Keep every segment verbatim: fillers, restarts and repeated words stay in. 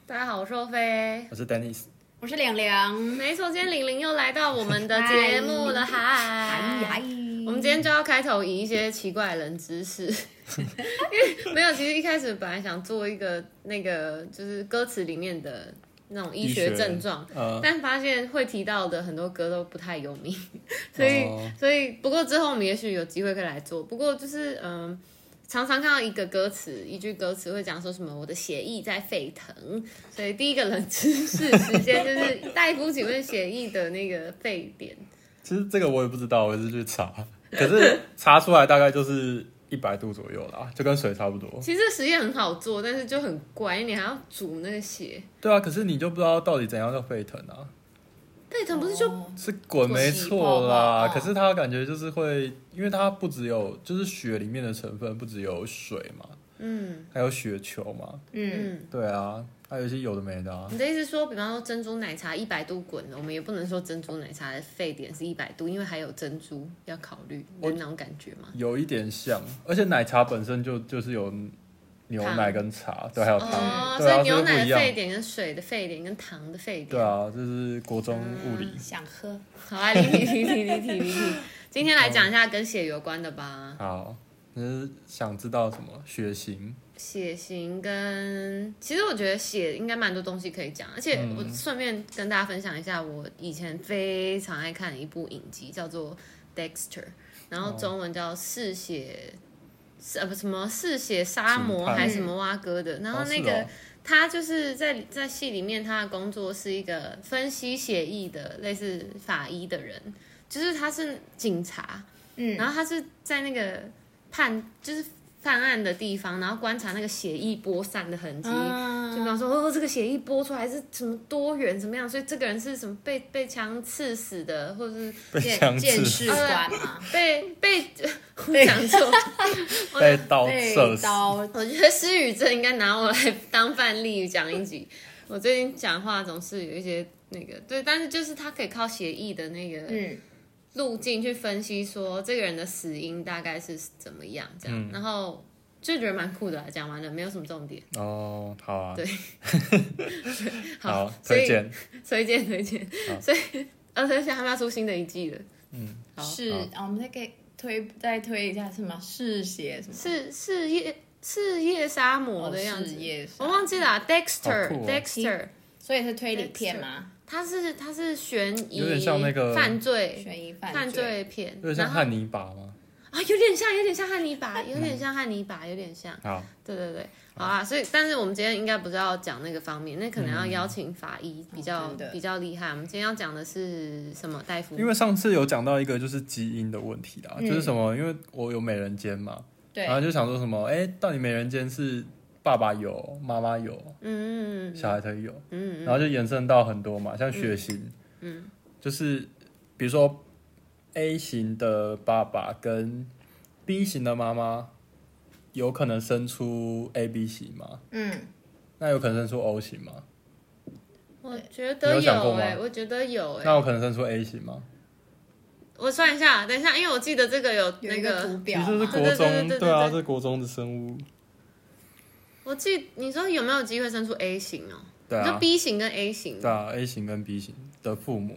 大家好，我是欧菲， 我是 Dennis， 我是凉凉。 没错，今天玲玲又来到我们的节目了，嗨嗨！ 我们今天就要开头以一些奇怪的冷知识，因为没有，其实一开始本来想做一个那个就是歌词里面的那种医学症状，呃、但发现会提到的很多歌都不太有名，所以、哦、所以不过之后我们也许有机会可以来做，不过就是嗯。呃常常看到一个歌词，一句歌词会讲说什么我的血液在沸腾，所以第一个冷知识时间就是大夫，请问血液的那个沸点？ 其实这个我也不知道，我也是去查，可是查出来大概就是一百度左右啦，就跟水差不多。 其实这个实验很好做，但是就很怪，因为你还要煮那个血。 对啊，可是你就不知道到底怎样叫沸腾啊。 沸腾不是就、 哦、是滚没错啦，可是它感觉就是会，因为它不只有就是血里面的成分不只有水嘛，嗯，还有血球嘛，嗯，对啊，还有一些有的没的啊。 你的意思说，比方说珍珠奶茶一百度滚的，我们也不能说珍珠奶茶的沸点是一百度，因为还有珍珠要考虑，有那种感觉吗？ 有一点像，而且奶茶本身就就是有。牛奶跟茶，对，还有糖， 哦， 对啊， 所以牛奶的沸点跟水的沸点跟糖的沸点， 对啊，这是国中物理。 嗯、想喝， 好啊，离题离题离题离题。今天来讲一下跟血有关的吧。 好，你是想知道什么？血型？ 血型跟，其实我觉得血应该蛮多东西可以讲，而且我顺便跟大家分享一下，我以前非常爱看的一部影集，叫做《Dexter》，然后中文叫《嗜血》。呃不什么嗜血杀魔还是什么蛙哥的，然后那个、哦哦、他就是在在戏里面他的工作是一个分析血液的类似法医的人，就是他是警察，嗯，然后他是在那个判就是犯案的地方，然后观察那个血液播散的痕迹，嗯、就比方说哦这个血液播出来是什么多远怎么样，所以这个人是什么被被枪刺死的，或者是鉴识官嘛， 被被我讲错， 被刀射死。 我觉得失语症应该拿我来当范例讲一集。我最近讲话总是有一些那个对，但是就是他可以靠血液的那个路径去分析说这个人的死因大概是怎么样，这样，嗯、然后就觉得蛮酷的啦。讲完了，没有什么重点。 哦，好啊， 对， 好，好推荐， 推荐，推荐。所以，而且他们要出新的一季了。 嗯，好是，啊，我们再给。推再推一下什么嗜血什么是是夜是夜杀魔的样子， 哦、 我忘记了、啊、Dexter、 哦、 Dexter， 所以是推理片吗？ 它是它是悬疑， 有点像那个犯罪悬疑犯罪片， 有点像汉尼拔吗？ 啊，有点像，有点像汉尼拔，有点像汉尼拔，有点像。 好， 对对对，好啊。所以，但是我们今天应该不是要讲那个方面，那可能要邀请法医比较、嗯、比较厉害。我们今天要讲的是什么？大夫？ 因为上次有讲到一个就是基因的问题啦，嗯、就是什么？因为我有美人尖嘛， 对， 然后就想说什么？哎，到底美人尖是爸爸有，妈妈有，嗯，小孩才有，嗯，然后就延伸到很多嘛，像血型，嗯，就是比如说。A 型的爸爸跟 B 型的妈妈有可能生出 A B 型吗？嗯，那有可能生出 O 型吗？ 我觉得有哎、欸，我觉得有哎、欸。 那有可能生出 A 型吗？ 我算一下，等一下，因为我记得这个有那个, 有一个图表， 其实是国中，对, 对, 对, 对, 对啊，这是国中的生物。 我记，你说有没有机会生出 A 型哦？ 对啊， 就 B 型跟 A 型。 对啊 ，A 型跟 B 型的父母。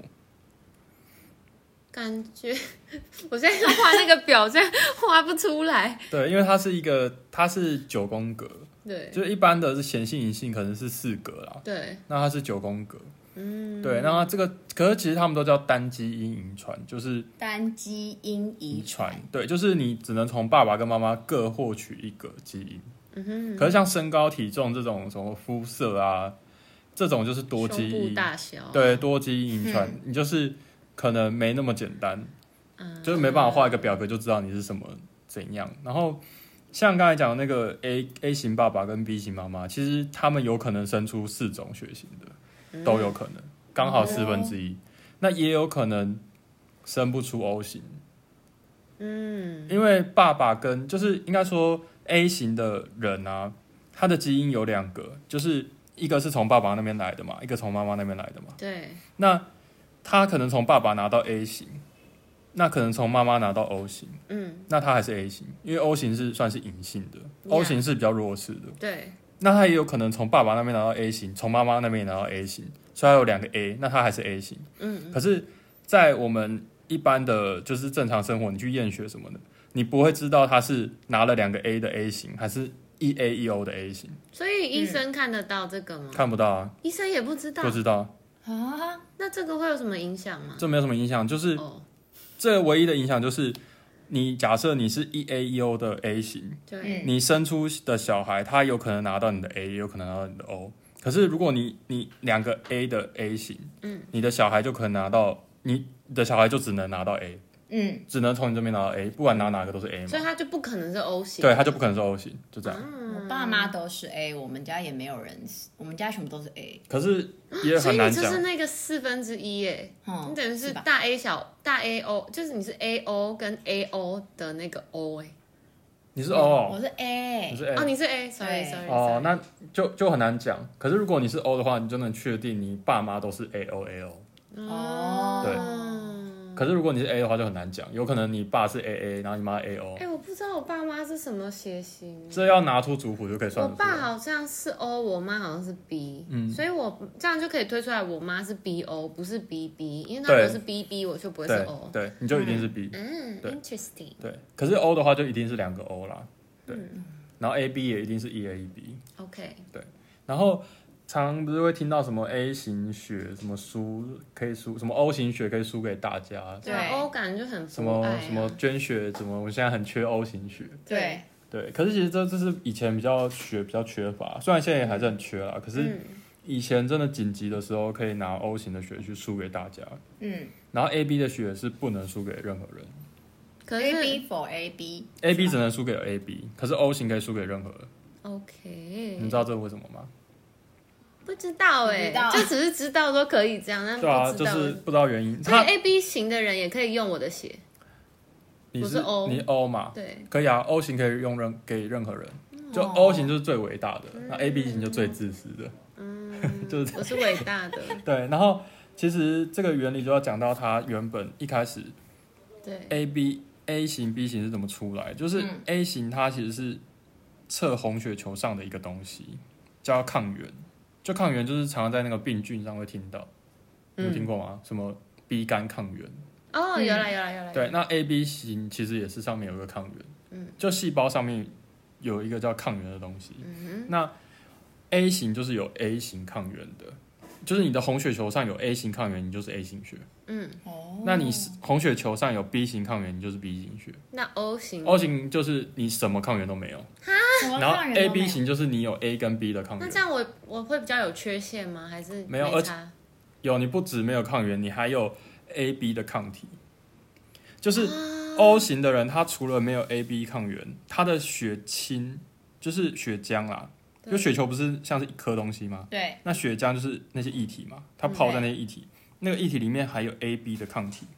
感觉我现在要画那个表，这样画不出来。 对，因为它是一个，它是九宫格。 对， 就一般的是显性隐性可能是四格啦。 对， 那它是九宫格。嗯，对，那它这个，可是其实他们都叫单基因遗传，就是单基因遗传。 对，就是你只能从爸爸跟妈妈各获取一个基因。嗯哼。可是像身高、体重这种什么肤色啊，这种就是多基因。 胸部大小。 对，多基因遗传，嗯、你就是。可能没那么简单，嗯、就是没办法画一个表格就知道你是什么怎样。然后像刚才讲的那个 A A 型爸爸跟 B 型妈妈，其实他们有可能生出四种血型的，嗯、都有可能，刚好四分之一。嗯、那也有可能生不出 O 型，嗯，因为爸爸跟就是应该说 A 型的人啊，他的基因有两个，就是一个是从爸爸那边来的嘛，一个从妈妈那边来的嘛。 对， 那他可能从爸爸拿到 A 型，那可能从妈妈拿到 O 型，嗯，那他还是 A 型，因为 O 型是算是隐性的 ，O 型是比较弱势的， 对那他也有可能从爸爸那边拿到 A 型，从妈妈那边拿到 A 型，所以他有两个 A， 那他还是 A 型。嗯，可是，在我们一般的就是正常生活，你去验血什么的，你不会知道他是拿了两个 A 的 A 型，还是一 A 一 O 的 A 型。 所以医生看得到这个吗？ 看不到啊， 医生也不知道， 不知道啊。 那这个会有什么影响吗？ 这没有什么影响，就是、哦、这唯一的影响就是。你假设你是一 A 一 O 的 A 型， 对， 你生出的小孩，他有可能拿到你的 A， 也有可能拿到你的 O。可是如果你你两个 A 的 A 型，嗯，你的小孩就可能拿到，你的小孩就只能拿到 A， 嗯，只能从你这边拿到 A， 不管拿哪个都是 A 嘛。 所以他就不可能是 O 型， 对，他就不可能是 O 型，就这样。 嗯、我爸妈都是 A， 我们家也没有人，我们家全部都是 A。 可是也很难讲， 所以你就是那个四分之一耶，嗯、你等于是大 A 小大 A O， 就是你是 A O 跟 A O 的那个 O 哎。 你是 O， 我是 A， 你是 A， 哦，你是 A，sorry sorry。 哦，那就就很难讲。可是如果你是 O 的话，你就能确定你爸妈都是 A O A O。 哦， 对。可是如果你是 A 的话就很难讲，有可能你爸是 A A， 然后你妈 A O。 哎、欸，我不知道我爸妈是什么血型， 这要拿出族谱就可以算得出来。 我爸好像是 O， 我妈好像是 B，嗯，所以我这样就可以推出来，我妈是 B O， 不是 B B， 因为那如果是 B B， 我就不会是 O， 对，对，你就一定是 B。 嗯, 嗯 ，interesting。 对，可是 O 的话就一定是两个 O 啦，对，嗯、然后 A B 也一定是一 A 一 B。OK， 对，然后。常不是会听到什么 A 型血什么输可以输，什么 O 型血可以输给大家。 对 ，O 感觉就很什么什么捐血，怎么我现在很缺 O 型血。 对对，可是其实这这是以前比较血比较缺乏，虽然现在也还是很缺啦，可是以前真的紧急的时候可以拿 O 型的血去输给大家。嗯，然后 A B 的血是不能输给任何人。 可是 A B for A B，A B 只能输给 A B， 可是 O 型可以输给任何人。 OK， 你知道这为什么吗？ 不知道哎、欸，就只是知道说可以这样，但不知道， 对啊，就是不知道原因。 所以 A B 型的人也可以用我的血， 你是 O， 你 O 嘛？ 对， 可以啊 ，O 型可以用任给任何人，就 O 型就是最伟大的，嗯、那 A B 型就最自私的，嗯，就是我是伟大的。 对，然后其实这个原理就要讲到它原本一开始， 对 A B A 型 B 型是怎么出来，就是 A 型它其实是测红血球上的一个东西，叫抗原。就抗原就是常常在那个病菌上会听到，你有听过吗？嗯、什么 B 肝抗原？ 哦，有啦有啦有啦。 对，那 A B 型其实也是上面有一个抗原，嗯，就细胞上面有一个叫抗原的东西。嗯、那 A 型就是有 A 型抗原的，就是你的红血球上有 A 型抗原，你就是 A 型血。嗯，哦。那你红血球上有 B 型抗原，你就是 B 型血。 那 O 型 ？O 型就是你什么抗原都没有。 哈？ 然后 A B 型就是你有 A 跟 B 的抗原。 那这样我我会比较有缺陷吗？还是没有？而且有，你不止没有抗原，你还有 A B 的抗体。就是 O 型的人，他除了没有 A B 抗原，他的血清就是血浆啦。就血球不是像是一颗东西吗？ 对。 那血浆就是那些液体嘛，它泡在那些液体，那个液体里面还有 A B 的抗体。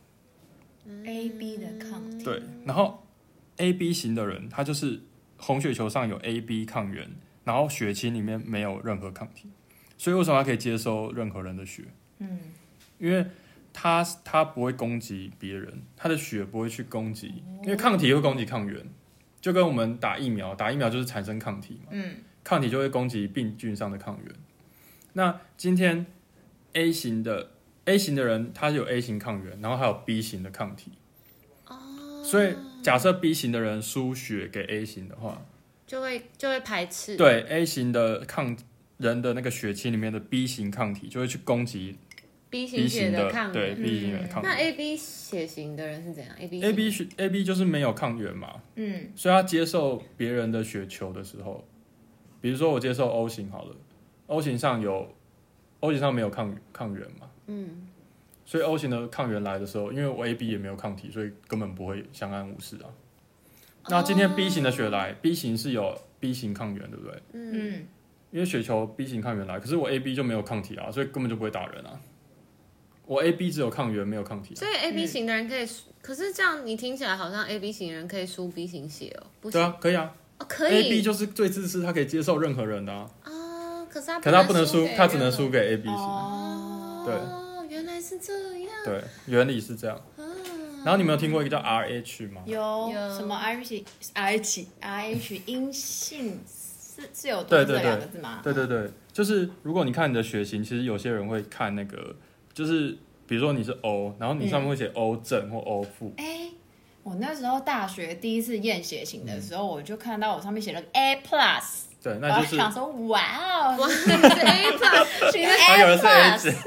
A B 的抗体。 对，然后 A B 型的人，他就是红血球上有 A B 抗原，然后血清里面没有任何抗体，所以为什么他可以接收任何人的血？嗯，因为他他不会攻击别人，他的血不会去攻击，因为抗体会攻击抗原，就跟我们打疫苗，打疫苗就是产生抗体嘛。嗯。抗体就会攻击病菌上的抗原。那今天 A 型的 A 型的人，他有 A 型抗原，然后还有 B 型的抗体。哦。所以假设 B 型的人输血给 A 型的话， 就会就会排斥。 对 A 型的抗人的那个血清里面的 B 型抗体，就会去攻击 B 型血的抗原。 对 B 型的抗原。 那 A B 血型的人是怎样 ？A B A B A B 就是没有抗原嘛。嗯。所以他接受别人的血球的时候。比如说我接受 O 型好了 ，O 型上有 O 型上没有抗抗原嘛，嗯，所以 O 型的抗原来的时候，因为我 A B 也没有抗体，所以根本不会相安无事啊。那今天 B 型的血来 ，B 型是有 B 型抗原，对不对？嗯，因为血球 B 型抗原来，可是我 A B 就没有抗体啊，所以根本就不会打人啊。我 A B 只有抗原没有抗体、啊， 所以 A B 型的人可以，嗯、可是这样你听起来好像 A B 型人可以输 B 型血哦，不行？ 对啊，可以啊。 哦，可以。 A B 就是最自私，他可以接受任何人的啊。 哦，可是他可他不能输，他只能输给 A B 型。 哦， 对， 原来是这样。 对，原理是这样。啊、然后你们有听过一个叫 R H 吗？ 有，有什么 R H R H R H 阴性是是有多这两个字吗？ 对对对，就是如果你看你的血型，其实有些人会看那个，就是比如说你是 O， 然后你上面会写 O 正或 O 负。 哎、嗯欸，我那时候大学第一次验血型的时候，嗯、我就看到我上面写了 A plus。 对，那就是我想说，哇哦， 哇，是 A plus， 是 A plus， 还有人是 A 减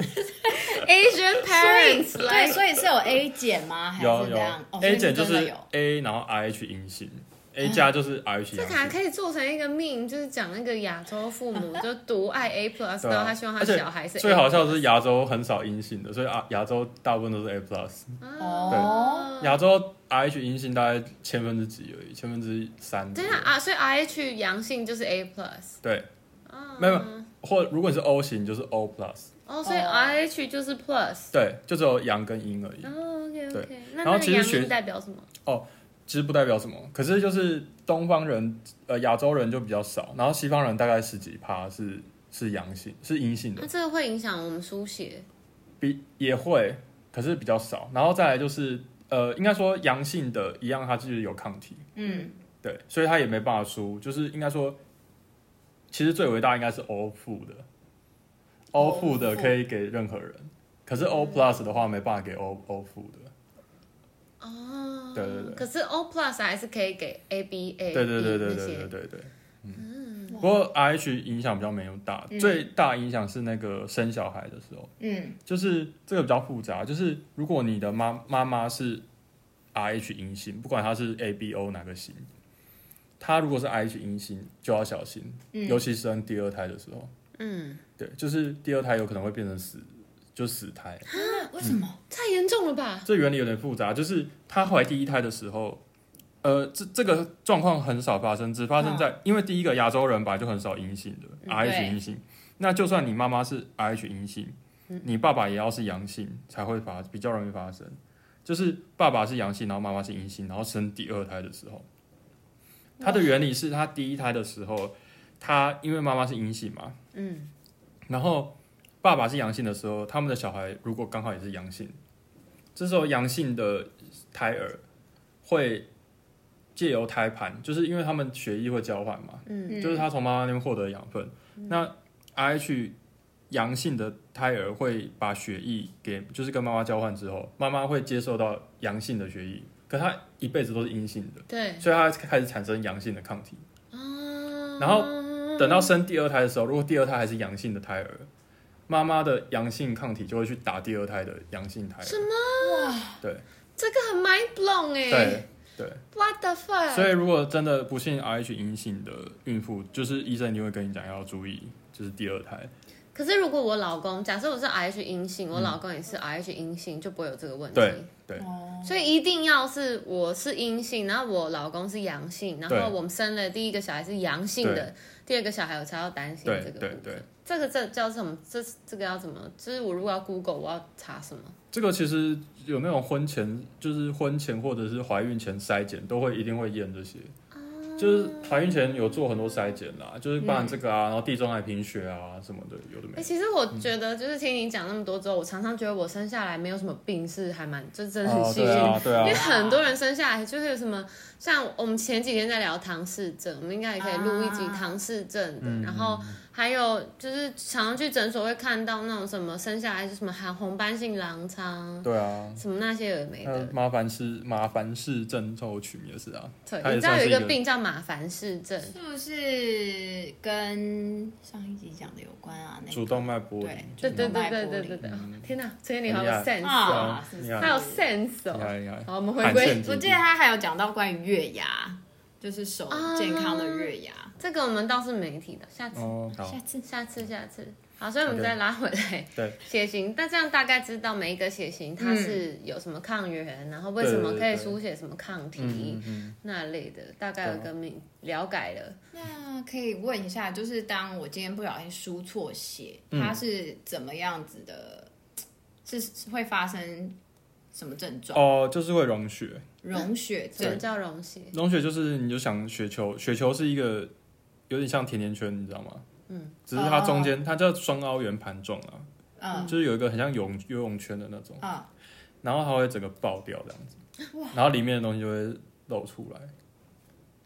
，Asian parents， 对，所以是有 A 减吗？还是这样？ 有有 ，A 减就是 A， 然后 R H 阴性。A 加就是 R H 这还可以做成一个 meme， 就是讲那个亚洲父母就独爱 A plus， 然后他希望他小孩是 A plus。 最好笑的是亚洲很少阴性的，所以亚洲大部分都是 A plus。 哦， 对，亚洲 R H 阴性大概千分之几而已，千分之三。 对啊，所以 R H 阳性就是 A plus。 对，没有，或如果你是 O 型就是 O plus。 哦，所以 R H 就是 plus。 对，就只有阳跟阴而已。 哦 ，OK OK。那然后其实阳代表什么？ 哦。其实不代表什么，可是就是东方人，呃，亚洲人就比较少，然后西方人大概十几趴是是阳性，是阴性的。 那这个会影响我们书写？ 比也会，可是比较少。然后再来就是，呃，应该说阳性的一样，它就是有抗体， 嗯， 对，所以它也没办法输。就是应该说，其实最伟大应该是 O 负的 ，O 负的可以给任何人，可是 O plus 的话没办法给 O O 负的。 哦， 对对对， 可是 O plus 还是可以给 A B A， 对对对对对对对对，嗯，不过 R H 影响比较没有大，嗯、最大影响是那个生小孩的时候，嗯，就是这个比较复杂，就是如果你的妈妈妈是 R H 阴性，不管她是 A B O 哪个型，她如果是 R H 阴性就要小心，嗯、尤其是生第二胎的时候，嗯，对，就是第二胎有可能会变成死。就死胎， 为什么、 嗯？太严重了吧？ 这原理有点复杂，就是她怀第一胎的时候，呃，这这个状况很少发生，只发生在、哦、因为第一个亚洲人本来就很少阴性的、嗯、R H 阴性，那就算你妈妈是 R H 阴性，嗯、你爸爸也要是阳性才会发，比较容易发生。就是爸爸是阳性，然后妈妈是阴性，然后生第二胎的时候，它的原理是他第一胎的时候，他因为妈妈是阴性嘛，嗯，然后。爸爸是阳性的时候，他们的小孩如果刚好也是阳性，这时候阳性的胎儿会借由胎盘，就是因为他们血液会交换嘛，嗯，就是他从妈妈那边获得养分。嗯、那 R H 阳性的胎儿会把血液给，就是跟妈妈交换之后，妈妈会接受到阳性的血液，可他一辈子都是阴性的， 对， 所以他开始产生阳性的抗体。哦，然后等到生第二胎的时候，如果第二胎还是阳性的胎儿。妈妈的阳性抗体就会去打第二胎的阳性胎。 什么？哇！ 对， 这个很 mind blown 哎。 对对。 What the fuck？ 所以如果真的不幸 R H 阴性的孕妇，就是医生一定会跟你讲要注意，就是第二胎。 可是如果我老公，假设我是 R H 阴性，我老公也是 R H 阴性，就不会有这个问题。 对对。 所以一定要是我是阴性，然后我老公是阳性，然后我们生了第一个小孩是阳性的，第二个小孩我才要担心这个部分。 对对对。 这个这叫什么？这这个要怎么？就是我如果要 Google， 我要查什么？ 这个其实有那种婚前，就是婚前或者是怀孕前筛检，都会一定会验这些。就是怀孕前有做很多筛检啦，就是包含这个啊，然后地中海贫血啊什么的，有的没的。 欸。其实我觉得，就是听你讲那么多之后，我常常觉得我生下来没有什么病是还蛮，就真的很幸运。 哦对啊对啊， 因为很多人生下来就会有什么，像我们前几天在聊唐氏症，我们应该也可以录一集唐氏症的，啊、然后。还有就是常常去诊所会看到那种什么生下来是什么含红斑性狼疮， 对啊， 什么那些有没的。 麻烦氏麻烦氏症候群也是啊， 对，你知道有一个病叫马凡氏症， 是不是跟上一集讲的有关啊？那个、 主动脉剥离， 对对对对对对对。嗯、天哪，陈你好有 sense 哦，他有 sense 哦。好，我们回归。 我记得他还有讲到关于月牙，就是手健康的月牙。啊这个我们倒是没提的，下次， 哦、 下次，下次，下次，好，所以我们再拉回来， 对， 血型，那这样大概知道每一个血型它是有什么抗原，嗯、然后为什么可以书写什么抗体那类的，大概有个明了解了。 那可以问一下，就是当我今天不小心输错血，嗯、它是怎么样子的？是会发生什么症状？ 哦，就是会溶血。 溶血症， 什么叫溶血？ 溶血就是你就想雪球，雪球是一个有点像甜甜圈，你知道吗？嗯，只是它中间、哦、它叫双凹圆盘状啊，嗯，就是有一个很像游游泳圈的那种，啊、嗯，然后它会整个爆掉这样子，哇，然后里面的东西就会露出来。 啊？为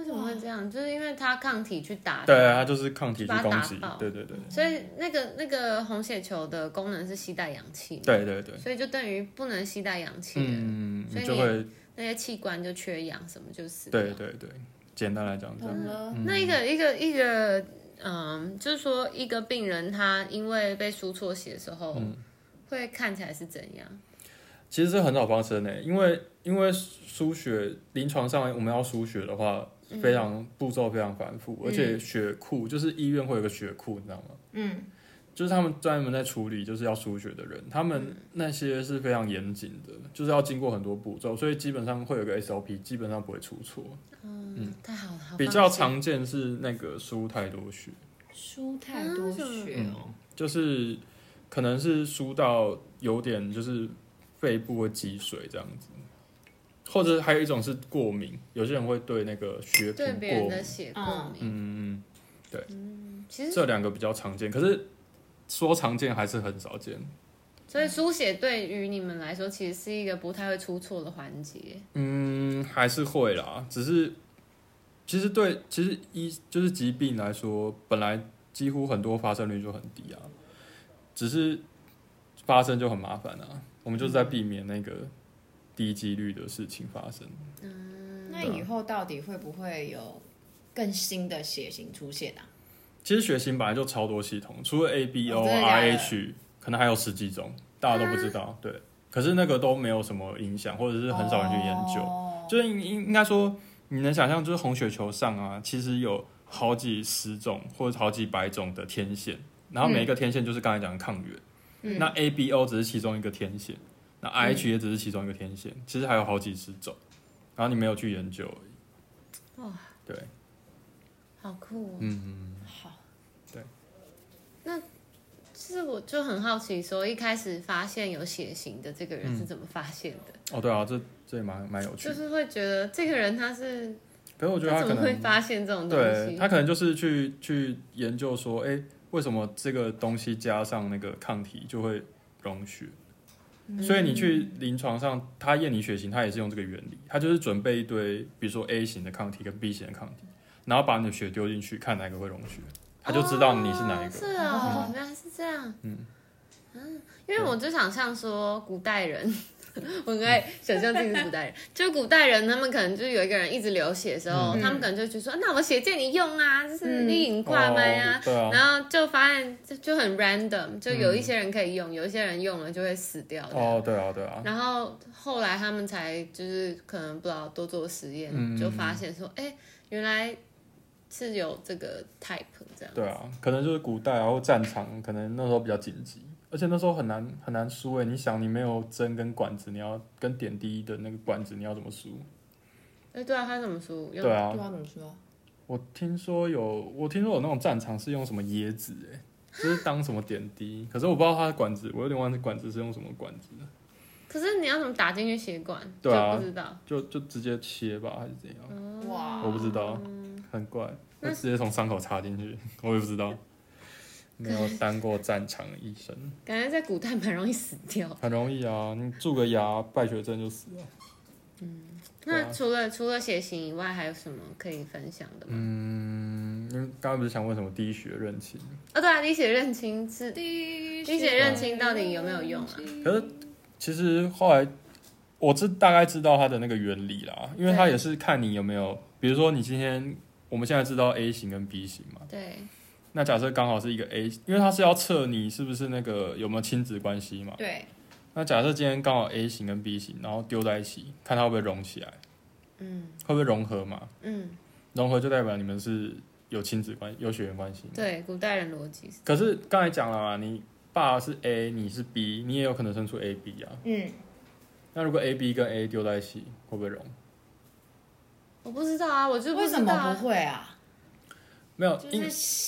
为什么会这样？就是因为它抗体去打， 对，它就是抗体去攻击，对对对。 所以那个那个红血球的功能是携带氧气， 对对对。 所以就等于不能携带氧气， 嗯， 所以就会那些器官就缺氧，什么就死。 对对对，简单来讲这样。 嗯、那一个一个一个，嗯，就是说一个病人他因为被输错血的时候，嗯、会看起来是怎样？ 其实是很早发生诶，因为因为输血临床上我们要输血的话，非常步骤非常繁复，嗯、而且血库就是医院会有个血库，你知道吗？嗯，就是他们专门在处理就是要输血的人，他们那些是非常严谨的，就是要经过很多步骤，所以基本上会有个 S O P， 基本上不会出错。 嗯，嗯太好了。好比较常见是那个输太多血， 输太多血哦、 嗯，就是可能是输到有点就是肺部会积水这样子。或者还有一种是过敏，有些人会对那个血品过敏， 对别人的血过敏。 嗯嗯，对， 嗯，其实这两个比较常见，可是说常见还是很少见。 所以输血对于你们来说，其实是一个不太会出错的环节。 嗯，还是会啦，只是其实对，其实医就是疾病来说，本来几乎很多发生率就很低啊，只是发生就很麻烦啊。我们就是在避免那个低几率的事情发生。 嗯，那以后到底会不会有更新的血型出现啊？ 其实血型本来就超多系统，除了 A B O、R H， 可能还有十几种，大家都不知道。啊、对，可是那个都没有什么影响，或者是很少人去研究。哦、就是应应该说，你能想象，就是红血球上啊，其实有好几十种或者好几百种的天线，然后每一个天线就是刚才讲的抗原。嗯、那 A B O 只是其中一个天线。那 I H 也只是其中一个天线，嗯、其实还有好几十种，然后你没有去研究而已。哇，对， 好酷哦。 嗯嗯， 好， 对。 那其实我就很好奇，说一开始发现有血型的这个人是怎么发现的？ 嗯、哦，对啊，这这也蛮蛮有趣的。 就是会觉得这个人他是， 可是我觉得他可能怎么会发现这种东西？ 对，他可能就是去去研究说，哎，为什么这个东西加上那个抗体就会溶血？所以你去临床上，他验你血型，他也是用这个原理，他就是准备一堆，比如说 A 型的抗体跟 B 型的抗体，然后把你的血丢进去，看哪个会溶血，他就知道你是哪一个。 是哦，原来是这样。嗯，嗯，因为我就想象说古代人。我很爱想象自己是古代人，就是古代人，他们可能就是有一个人一直流血的时候，嗯、他们可能就觉得说，那我血借你用啊，就是你引快麦啊， 嗯哦、啊然后就发现就就很 random， 就有一些人可以用，嗯、有一些人用了就会死掉。 哦，对啊，对啊。 然后后来他们才就是可能不知道多做实验，嗯、就发现说，哎，原来是有这个 type 这样。 对啊，可能就是古代然后战场，可能那时候比较紧急。而且那时候很难很难输诶，你想你没有针跟管子，你要跟点滴的那个管子，你要怎么输？ 哎、欸，对啊，他怎么输？ 对啊， 对啊，怎么输啊？ 我听说有，我听说有那种战场是用什么椰子诶，就是当什么点滴，可是我不知道它的管子，我有点忘记管子是用什么管子。 可是你要怎么打进去血管？ 对啊， 就不知道， 就就直接切吧，还是怎样？ 哇， 我不知道，很怪，就直接从伤口插进去，我也不知道。没有当过战场的医生， 感觉在古代蛮容易死掉。 很容易啊，你蛀个牙、败血症就死了。 嗯，那除了、啊、除了血型以外，还有什么可以分享的吗？ 嗯，因为刚刚不是想问什么滴血认亲？ 哦，对啊，滴血认亲是滴血认亲到底有没有用啊？ 可是其实后来我知大概知道它的那个原理啦，因为它也是看你有没有，比如说你今天我们现在知道 A 型跟 B 型嘛， 对。 那假设刚好是一个 A， 因为它是要测你是不是那个有没有亲子关系嘛。 对。 那假设今天刚好 A 型跟 B 型，然后丢在一起，看它会不会融起来。嗯。会不会融合嘛？嗯。融合就代表你们是有亲子关系、有血缘关系。 对，古代人逻辑。 可是刚才讲了嘛，你爸是 A， 你是 B， 你也有可能生出 A B 啊。嗯。那如果 A B 跟 A 丢在一起，会不会融？ 我不知道啊，我就不知道、啊。 为什么不会啊？ 没有， 就是。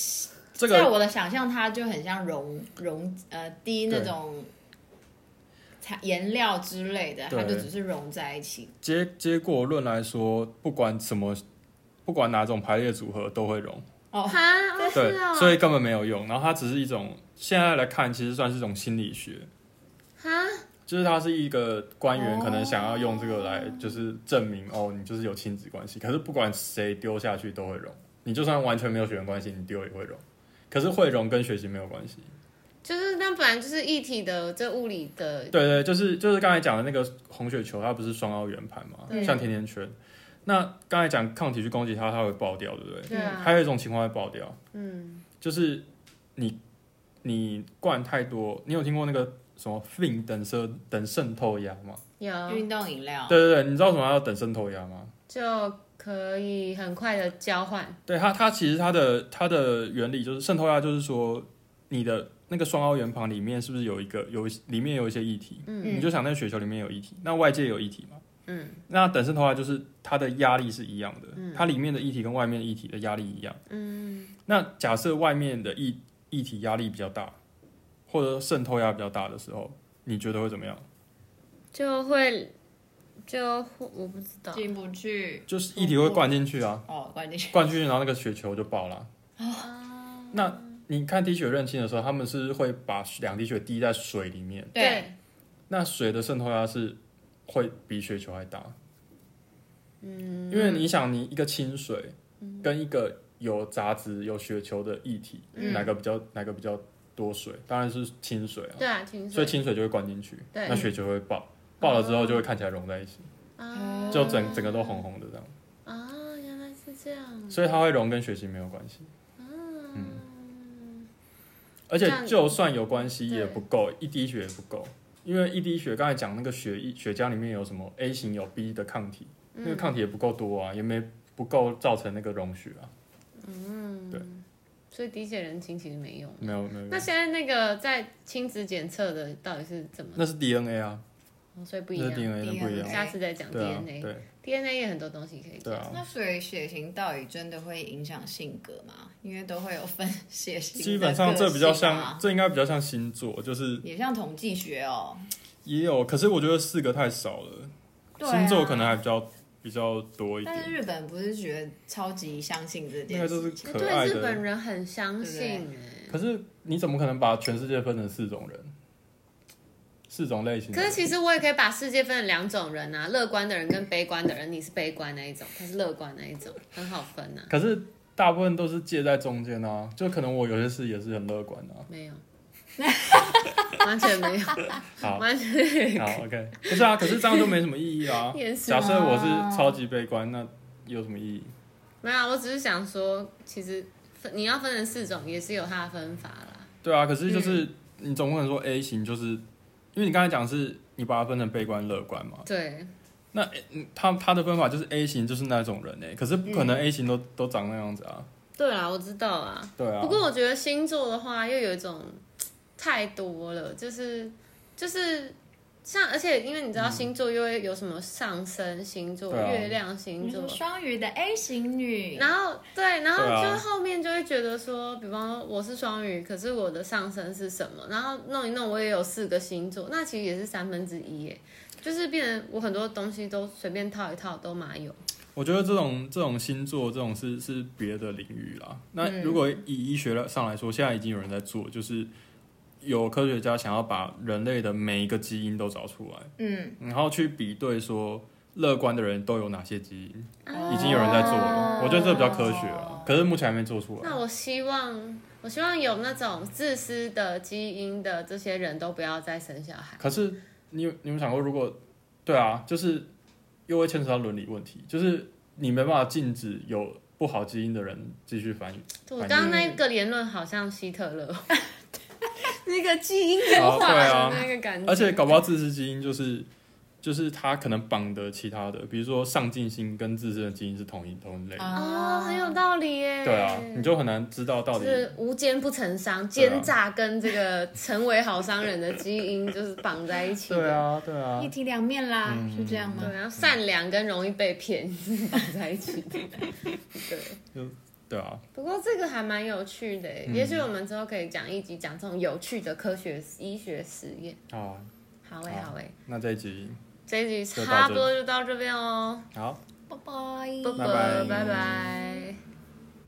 这个、 在我的想象，它就很像溶溶呃滴那种颜料之类的，它就只是融在一起。 结结果论来说，不管什么，不管哪种排列组合都会融。 哦，哈， 对， 是哦、 所以根本没有用。然后它只是一种，现在来看，其实算是一种心理学。 哈， 就是他是一个官员，可能想要用这个来就是证明哦，你就是有亲子关系。可是不管谁丢下去都会融，你就算完全没有血缘关系，你丢也会融。可是会融跟血型没有关系。 就是那本来就是一体的，这物理的。 对对，就是就是刚才讲的那个红血球，它不是双凹圆盘嘛，像甜甜圈。那刚才讲抗体去攻击它，它会爆掉，对不对？ 对啊。 还有一种情况会爆掉， 嗯， 就是你你灌太多，你有听过那个什么 F I N 等渗等渗透压吗？ 有。 运动饮料。 对对对，你知道什么要等渗透压吗？ 就可以很快的交换。 对它，它其实它的它的原理就是渗透压，就是说你的那个双凹圆盘里面是不是有一个有里面有一些液体？嗯，你就想那个雪球里面有液体，那外界有液体嘛？嗯，那等渗透压就是它的压力是一样的，嗯、它里面的液体跟外面的液体的压力一样。嗯，那假设外面的液液体压力比较大，或者渗透压比较大的时候，你觉得会怎么样？ 就会就我不知道进不去， 就是液体会灌进去啊。 哦，灌进去， 灌进去，然后那个雪球就爆了。哦，那你看滴血认亲的时候，他们是会把两滴血滴在水里面。 对， 那水的渗透压是会比雪球还大。嗯，因为你想，你一个清水跟一个有杂质、有雪球的液体，嗯、哪个比较哪个比较多水？当然是清水啊。 对啊，清水。 所以清水就会灌进去， 对， 那雪球会爆，爆了之后就会看起来融在一起，哦、就整整个都红红的这样。 啊、哦，原来是这样。 所以它会融跟血型没有关系。嗯，而且就算有关系也不够，一滴血也不够，因为一滴血刚才讲那个血血浆里面有什么 A 型有 B 的抗体，嗯、那个抗体也不够多啊，也没不够造成那个溶血啊。嗯，对， 所以滴血认亲其实没用。 没有没有。 那现在那个在亲子检测的到底是怎么？ 那是 D N A 啊。 哦、所以不一样。 那 D N A 不一样。 下次再讲 D N A。 对。 D N A 也很多东西可以讲。 对啊。 那所以血型到底真的会影响性格吗？因为都会有分血型、啊。 基本上这比较像，这应该比较像星座，就是也像统计学哦。 也有，可是我觉得四个太少了，啊、星座可能还比较比较多一点。 但是日本不是觉得超级相信这件事？ 那个就是可爱的。 对日本人很相信哎。 可是你怎么可能把全世界分成四种人？四种类型。 可是其实我也可以把世界分成两种人啊，乐观的人跟悲观的人。你是悲观那一种，他是乐观那一种，很好分啊。 可是大部分都是介在中间啊，就可能我有些事也是很乐观啊。 没有，完全没有。 好， 完全没有。 好 ，OK， 不是啊，可是这样就没什么意义啊。假设我是超级悲观，那有什么意义？ 没有，我只是想说，其实你要分成四种，也是有它的分法啦。 对啊，可是就是、嗯、你总不能说 A 型就是。因为你刚才讲是你把它分成悲观、乐观嘛， 对。 那他他的分法就是 A 型就是那种人哎、欸，可是不可能 A 型都、嗯、都长那样子啊。 对啦，我知道啊。 对啊。 不过我觉得星座的话，又有一种太多了，就是就是像，而且因为你知道星座又会有什么上升星座、嗯、月亮星座， 双鱼的 A 型女， 然后对，然后就后面就会觉得说，比方说我是双鱼，可是我的上升是什么？然后弄一弄，我也有四个星座，那其实也是三分之一耶，就是变成我很多东西都随便套一套都蛮有。 我觉得这种这种星座这种是是别的领域啦。那如果以医学上来说，现在已经有人在做，就是有科学家想要把人类的每一个基因都找出来，嗯，然后去比对说乐观的人都有哪些基因，哦、已经有人在做了。我觉得这比较科学啦，可是目前还没做出来。 那我希望，我希望有那种自私的基因的这些人都不要再生小孩。 可是你有你有想过，如果对啊，就是又会牵扯到伦理问题，就是你没办法禁止有不好基因的人继续繁育。 我刚刚那个言论好像希特勒。那个基因优化的那个感觉、 啊啊，而且搞不好自私基因就是就是他可能绑的其他的，比如说上进心跟自私的基因是同一同一类的哦，很有道理耶。 对啊，你就很难知道到底是无奸不成商，奸诈跟这个成为好商人的基因就是绑在一起的。 对啊，对啊， 一体两面啦，嗯、是这样吗？ 对啊，善良跟容易被骗是绑在一起的。对。 对啊， 不过这个还蛮有趣的、嗯、也许我们之后可以讲一集讲这种有趣的科学医学实验。 好， 好诶、欸，好诶、欸。 那这一集， 这一集差不多就到这边哦。 好， 拜拜， 拜拜，拜拜。